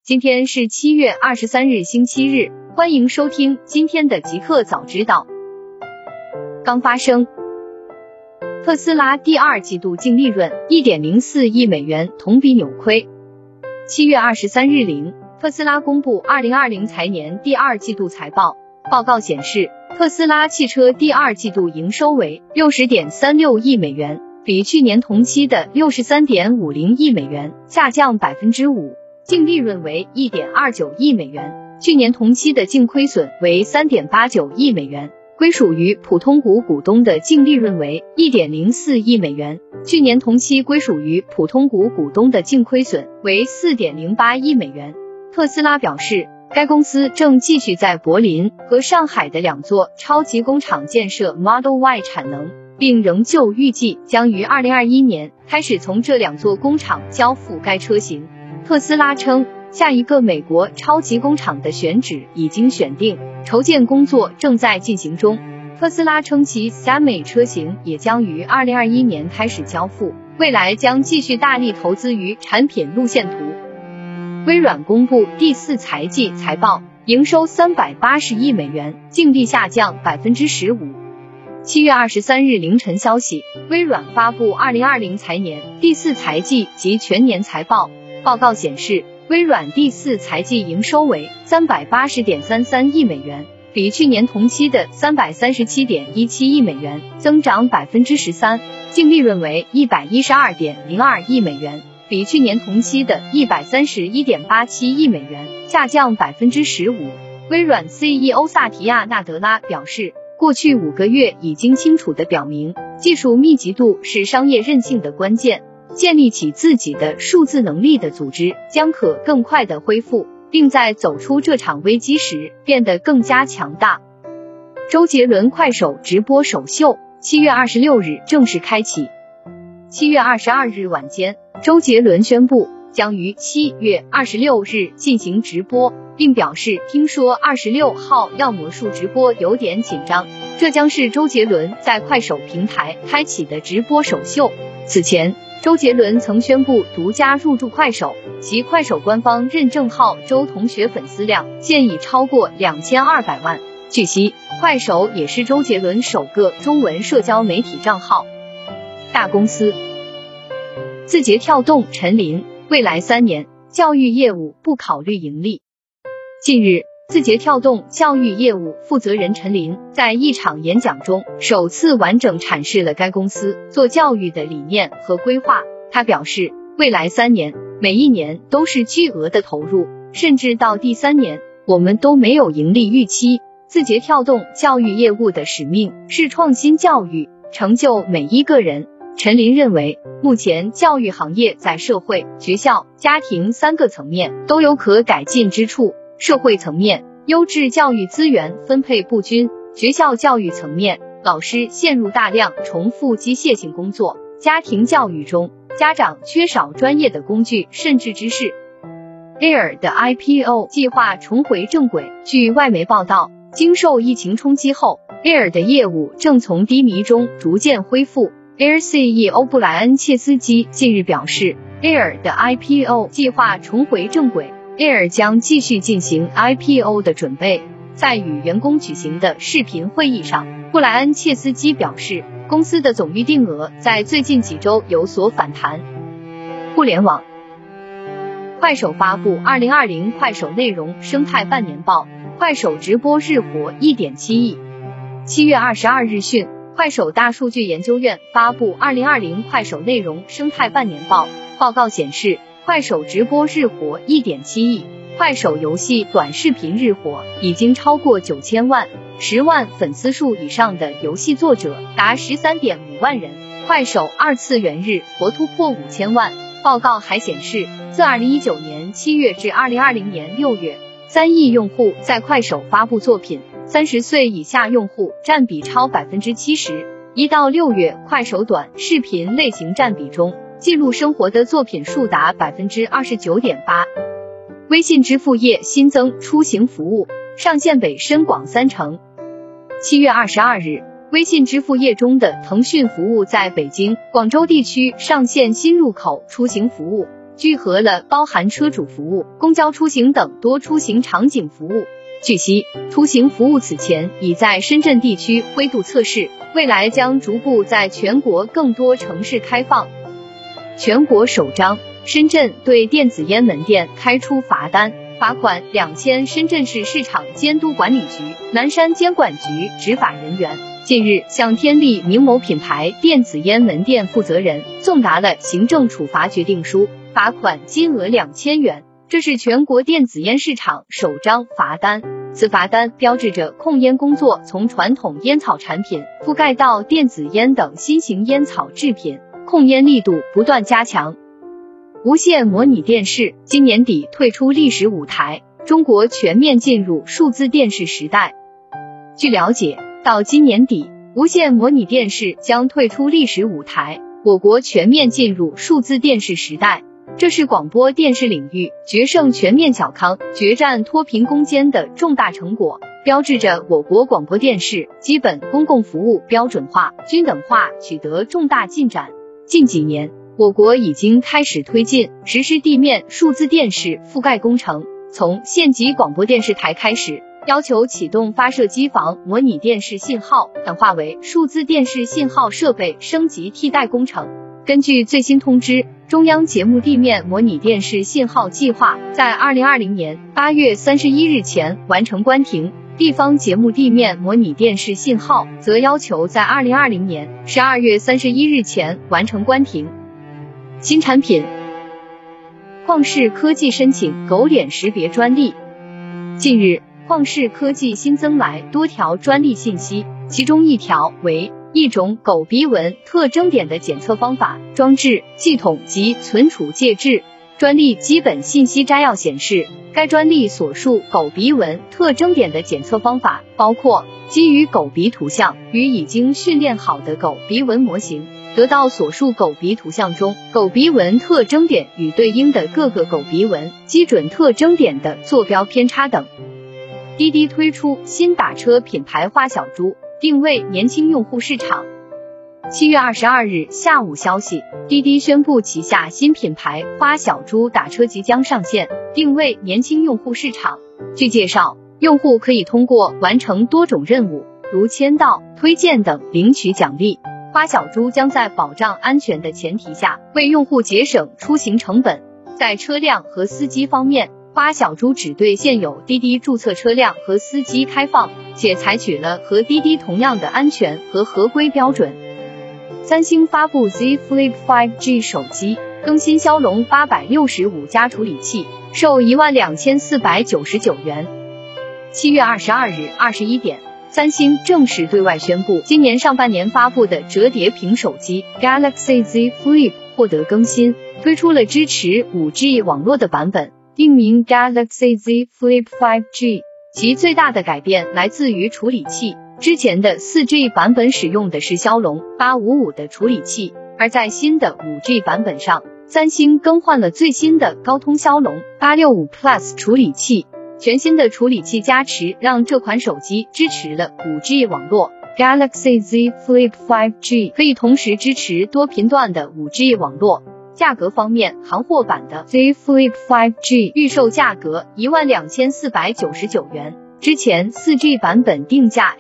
今天是7月23日星期日，欢迎收听今天的极客早知道。刚发生，特斯拉第二季度净利润 1.04 亿美元，同比扭亏。7月23日特斯拉公布2020财年第二季度财报，报告显示，特斯拉汽车第二季度营收为 60.36 亿美元，比去年同期的 63.50 亿美元下降 5%， 净利润为 1.29 亿美元，去年同期的净亏损为 3.89 亿美元，归属于普通股股东的净利润为 1.04 亿美元，去年同期归属于普通股股东的净亏损为 4.08 亿美元。特斯拉表示，该公司正继续在柏林和上海的两座超级工厂建设 Model Y 产能，并仍旧预计将于2021年开始从这两座工厂交付该车型。特斯拉称，下一个美国超级工厂的选址已经选定，筹建工作正在进行中。特斯拉称其 Semi 车型也将于2021年开始交付，未来将继续大力投资于产品路线图。微软公布第四财季财报，营收380亿美元，净利下降 15%。7月23日凌晨消息，微软发布2020财年第四财季及全年财报，报告显示，微软第四财季营收为 380.33 亿美元，比去年同期的 337.17 亿美元增长 13%， 净利润为 112.02 亿美元，比去年同期的 131.87 亿美元下降 15%。 微软 CEO 萨提亚·纳德拉表示，过去5个月已经清楚地表明，技术密集度是商业韧性的关键，建立起自己的数字能力的组织将可更快地恢复，并在走出这场危机时变得更加强大。周杰伦快手直播首秀7月26日正式开启。7月22日晚间，周杰伦宣布将于7月26日进行直播，并表示听说26号要魔术直播有点紧张，这将是周杰伦在快手平台开启的直播首秀。此前，周杰伦曾宣布独家入驻快手，其快手官方认证号周同学粉丝量现已超过2200万。据悉，快手也是周杰伦首个中文社交媒体账号。大公司，字节跳动陈琳，未来3年教育业务不考虑盈利。近日，字节跳动教育业务负责人陈琳在一场演讲中首次完整阐释了该公司做教育的理念和规划。他表示，未来3年每一年都是巨额的投入，甚至到第3年我们都没有盈利预期。字节跳动教育业务的使命是创新教育，成就每一个人。陈琳认为，目前教育行业在社会、学校、家庭3个层面都有可改进之处。社会层面，优质教育资源分配不均；学校教育层面，老师陷入大量重复机械性工作；家庭教育中，家长缺少专业的工具甚至知识。Air 的 IPO 计划重回正轨。据外媒报道，经受疫情冲击后， Air 的业务正从低迷中逐渐恢复。Air CEO 布莱恩·切斯基近日表示， Air 的 IPO 计划重回正轨， Air 将继续进行 IPO 的准备。在与员工举行的视频会议上，布莱恩·切斯基表示，公司的总预订额在最近几周有所反弹。互联网，快手发布2020快手内容生态半年报，快手直播日活 1.7 亿。7月22日讯，快手大数据研究院发布2020快手内容生态半年报，报告显示，快手直播日活 1.7 亿，快手游戏短视频日活已经超过9000万，10万粉丝数以上的游戏作者达 13.5 万人，快手二次元日活突破5000万。报告还显示，自2019年7月至2020年6月，3亿用户在快手发布作品，30岁以下用户占比超 70%。1到6月，快手短视频类型占比中，记录生活的作品数达 29.8%。微信支付业新增出行服务，上线北深广3城。7月22日，微信支付业中的腾讯服务在北京、广州地区上线新入口出行服务， 聚合了包含车主服务、公交出行等多出行场景服务。据悉，出行服务此前已在深圳地区灰度测试，未来将逐步在全国更多城市开放。全国首张，深圳对电子烟门店开出罚单，罚款2000。深圳市市场监督管理局、南山监管局执法人员近日向天利明某品牌电子烟门店负责人送达了行政处罚决定书，罚款金额2000元。这是全国电子烟市场首张罚单。此罚单标志着控烟工作从传统烟草产品覆盖到电子烟等新型烟草制品，控烟力度不断加强。无线模拟电视今年底退出历史舞台，中国全面进入数字电视时代。据了解，到今年底，无线模拟电视将退出历史舞台，我国全面进入数字电视时代。这是广播电视领域决胜全面小康、决战脱贫攻坚的重大成果，标志着我国广播电视基本公共服务标准化、均等化取得重大进展。近几年，我国已经开始推进实施地面数字电视覆盖工程，从县级广播电视台开始，要求启动发射机房模拟电视信号，转化为数字电视信号设备升级替代工程。根据最新通知，中央节目地面模拟电视信号计划在2020年8月31日前完成关停，地方节目地面模拟电视信号则要求在2020年12月31日前完成关停。新产品，旷视科技申请狗脸识别专利。近日，旷视科技新增来多条专利信息，其中一条为一种狗鼻纹特征点的检测方法、装置、系统及存储介质。专利基本信息摘要显示，该专利所述狗鼻纹特征点的检测方法包括基于狗鼻图像与已经训练好的狗鼻纹模型，得到所述狗鼻图像中狗鼻纹特征点与对应的各个狗鼻纹基准特征点的坐标偏差等。滴滴推出新打车品牌花小猪，定位年轻用户市场。7月22日下午消息，滴滴宣布旗下新品牌花小猪打车即将上线，定位年轻用户市场。据介绍，用户可以通过完成多种任务，如签到、推荐等领取奖励。花小猪将在保障安全的前提下，为用户节省出行成本。在车辆和司机方面，花小猪只对现有滴滴注册车辆和司机开放，且采取了和滴滴同样的安全和合规标准。三星发布 Z Flip 5G 手机，更新骁龙865加处理器，售12499元。7月22日21点，三星正式对外宣布，今年上半年发布的折叠屏手机 Galaxy Z Flip 获得更新，推出了支持 5G 网络的版本，定名 Galaxy Z Flip 5G。其最大的改变来自于处理器，之前的 4G 版本使用的是骁龙855的处理器，而在新的 5G 版本上，三星更换了最新的高通骁龙865 Plus 处理器。全新的处理器加持让这款手机支持了 5G 网络。Galaxy Z Flip 5G 可以同时支持多频段的 5G 网络。价格方面，行货版的 Z Flip 5G 预售价格12499元，之前 4G 版本定价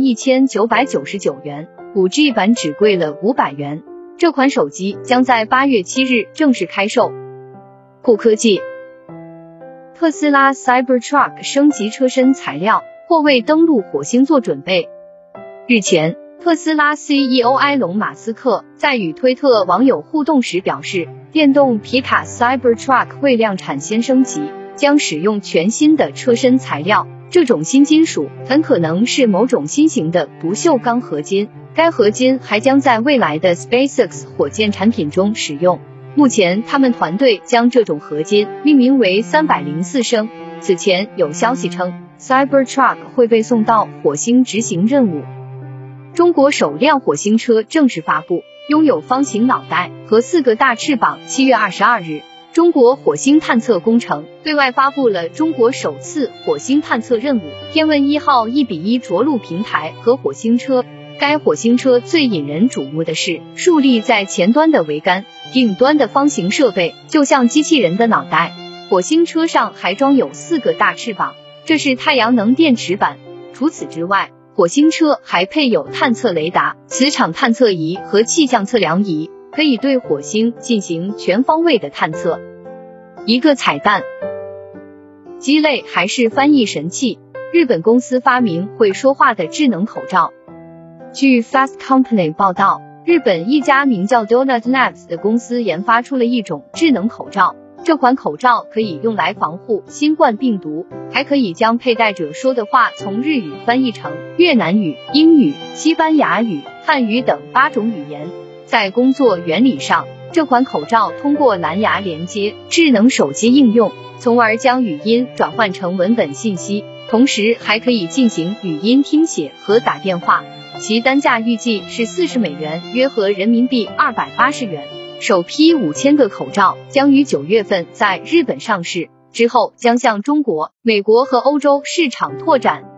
11999元，5G 版只贵了500元。这款手机将在8月7日正式开售。酷科技，特斯拉 Cybertruck 升级车身材料，或为登陆火星做准备。日前，特斯拉 CEO 埃隆·马斯克在与推特网友互动时表示，电动皮卡 Cybertruck 为量产先升级，将使用全新的车身材料，这种新金属很可能是某种新型的不锈钢合金，该合金还将在未来的 SpaceX 火箭产品中使用。目前他们团队将这种合金命名为304升。此前有消息称 Cybertruck 会被送到火星执行任务。中国首辆火星车正式发布，拥有方形脑袋和4个大翅膀。7月22日，中国火星探测工程对外发布了中国首次火星探测任务天问1号1:1着陆平台和火星车。 该火星车最引人瞩目的是竖立在前端的桅杆，顶端的方形设备就像机器人的脑袋。火星车上还装有4个大翅膀，这是太阳能电池板。除此之外，火星车还配有探测雷达、磁场探测仪和气象测量仪，可以对火星进行全方位的探测。一个彩蛋，鸡肋还是翻译神器，日本公司发明会说话的智能口罩。据 Fast Company 报道，日本一家名叫 Donut Labs 的公司研发出了一种智能口罩，这款口罩可以用来防护新冠病毒，还可以将佩戴者说的话从日语翻译成越南语、英语、西班牙语、汉语等8种语言。在工作原理上，这款口罩通过蓝牙连接智能手机应用，从而将语音转换成文本信息，同时还可以进行语音听写和打电话。其单价预计是40美元，约合人民币280元。首批5000个口罩将于9月份在日本上市，之后将向中国、美国和欧洲市场拓展。